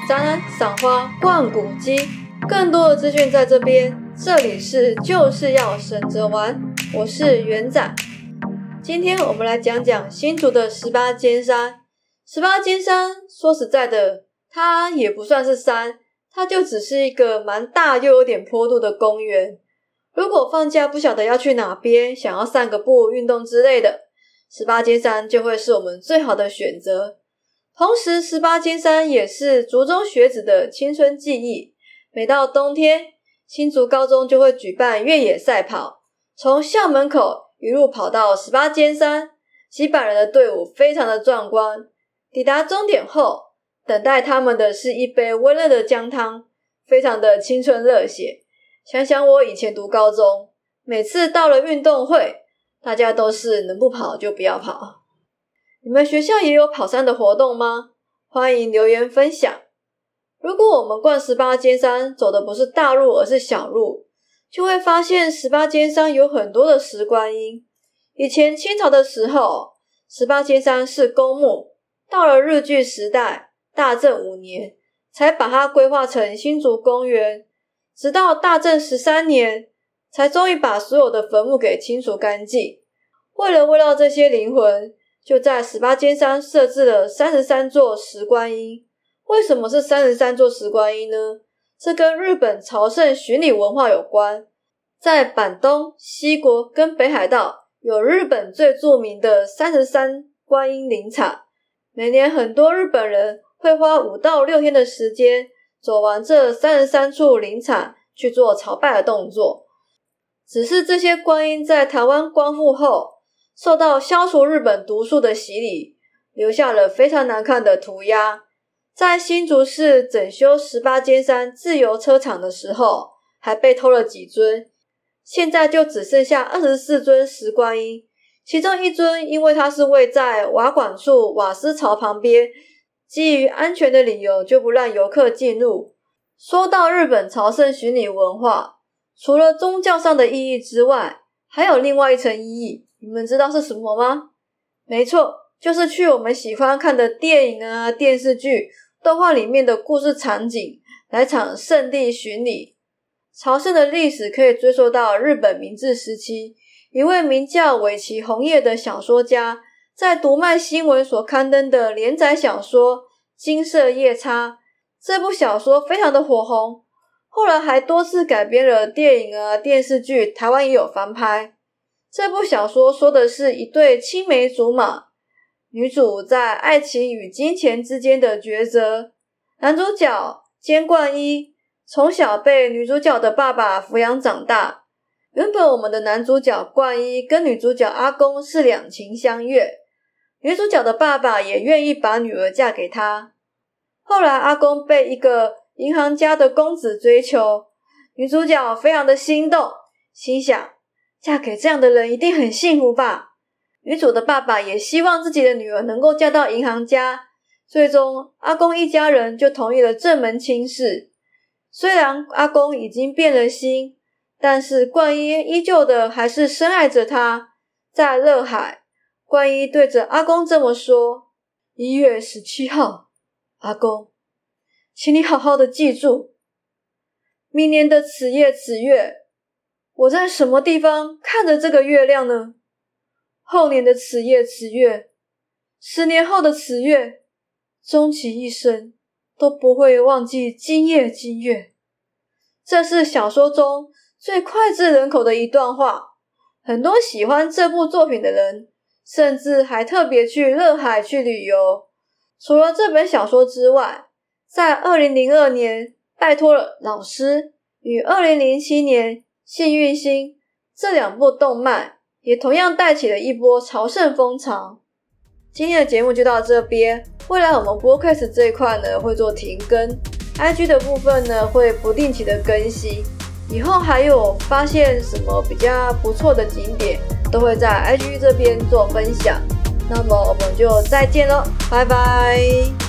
展览、赏花、逛古迹，更多的资讯在这边。这里是就是要省着玩，我是元仔。今天我们来讲讲新竹的18尖山。18尖山说实在的，它也不算是山，它就只是一个蛮大又有点坡度的公园。如果放假不晓得要去哪边，想要散个步、运动之类的，18尖山就会是我们最好的选择。同时18尖山也是竹中学子的青春记忆，每到冬天，新竹高中就会举办越野赛跑，从校门口一路跑到18尖山，几百人的队伍非常的壮观。抵达终点后，等待他们的是一杯温热的姜汤，非常的青春热血。想想我以前读高中，每次到了运动会，大家都是能不跑就不要跑。你们学校也有跑山的活动吗？欢迎留言分享。如果我们逛18尖山走的不是大路而是小路，就会发现18尖山有很多的石观音。以前清朝的时候，18尖山是公墓，到了日据时代，大正5年才把它规划成新竹公园，直到大正13年才终于把所有的坟墓给清除干净。为了慰劳这些灵魂，就在18尖山设置了33座石观音。为什么是33座石观音呢？这跟日本朝圣巡礼文化有关。在板东、西国跟北海道有日本最著名的33观音灵场，每年很多日本人会花5到6天的时间走完这33处灵场去做朝拜的动作。只是这些观音在台湾光复后，受到消除日本毒素的洗礼，留下了非常难看的涂鸦。在新竹市整修18尖山自由车场的时候，还被偷了几尊，现在就只剩下24尊石观音，其中一尊因为它是位在瓦管处瓦斯槽旁边，基于安全的理由就不让游客进入。说到日本朝圣巡礼文化，除了宗教上的意义之外，还有另外一层意义，你们知道是什么吗？没错，就是去我们喜欢看的电影啊、电视剧、动画里面的故事场景来场圣地巡礼。朝圣的历史可以追溯到日本明治时期，一位名叫尾崎弘叶的小说家在读卖新闻所刊登的连载小说《金色夜叉》，这部小说非常的火红，后来还多次改编了电影啊、电视剧，台湾也有翻拍。这部小说说的是一对青梅竹马，女主在爱情与金钱之间的抉择。男主角菅冠一从小被女主角的爸爸抚养长大。原本我们的男主角冠一跟女主角阿公是两情相悦，女主角的爸爸也愿意把女儿嫁给他。后来阿公被一个银行家的公子追求，女主角非常的心动，心想嫁给这样的人一定很幸福吧。女主的爸爸也希望自己的女儿能够嫁到银行家，最终阿公一家人就同意了这门亲事。虽然阿公已经变了心，但是冠一依旧的还是深爱着他。在乐海，冠一对着阿公这么说：1月17号，阿公，请你好好的记住，明年的此夜此月，我在什么地方看着这个月亮呢？后年的此夜此月，10年后的此月，终其一生都不会忘记今夜今月。这是小说中最脍炙人口的一段话，很多喜欢这部作品的人甚至还特别去乐海去旅游。除了这本小说之外，在2002年拜托了老师与2007年幸运星这2部动漫也同样带起了一波朝圣风潮。今天的节目就到这边，未来我们 Podcast 这一块呢会做停更， IG 的部分呢会不定期的更新，以后还有发现什么比较不错的景点都会在 IG 这边做分享。那么我们就再见咯，拜拜。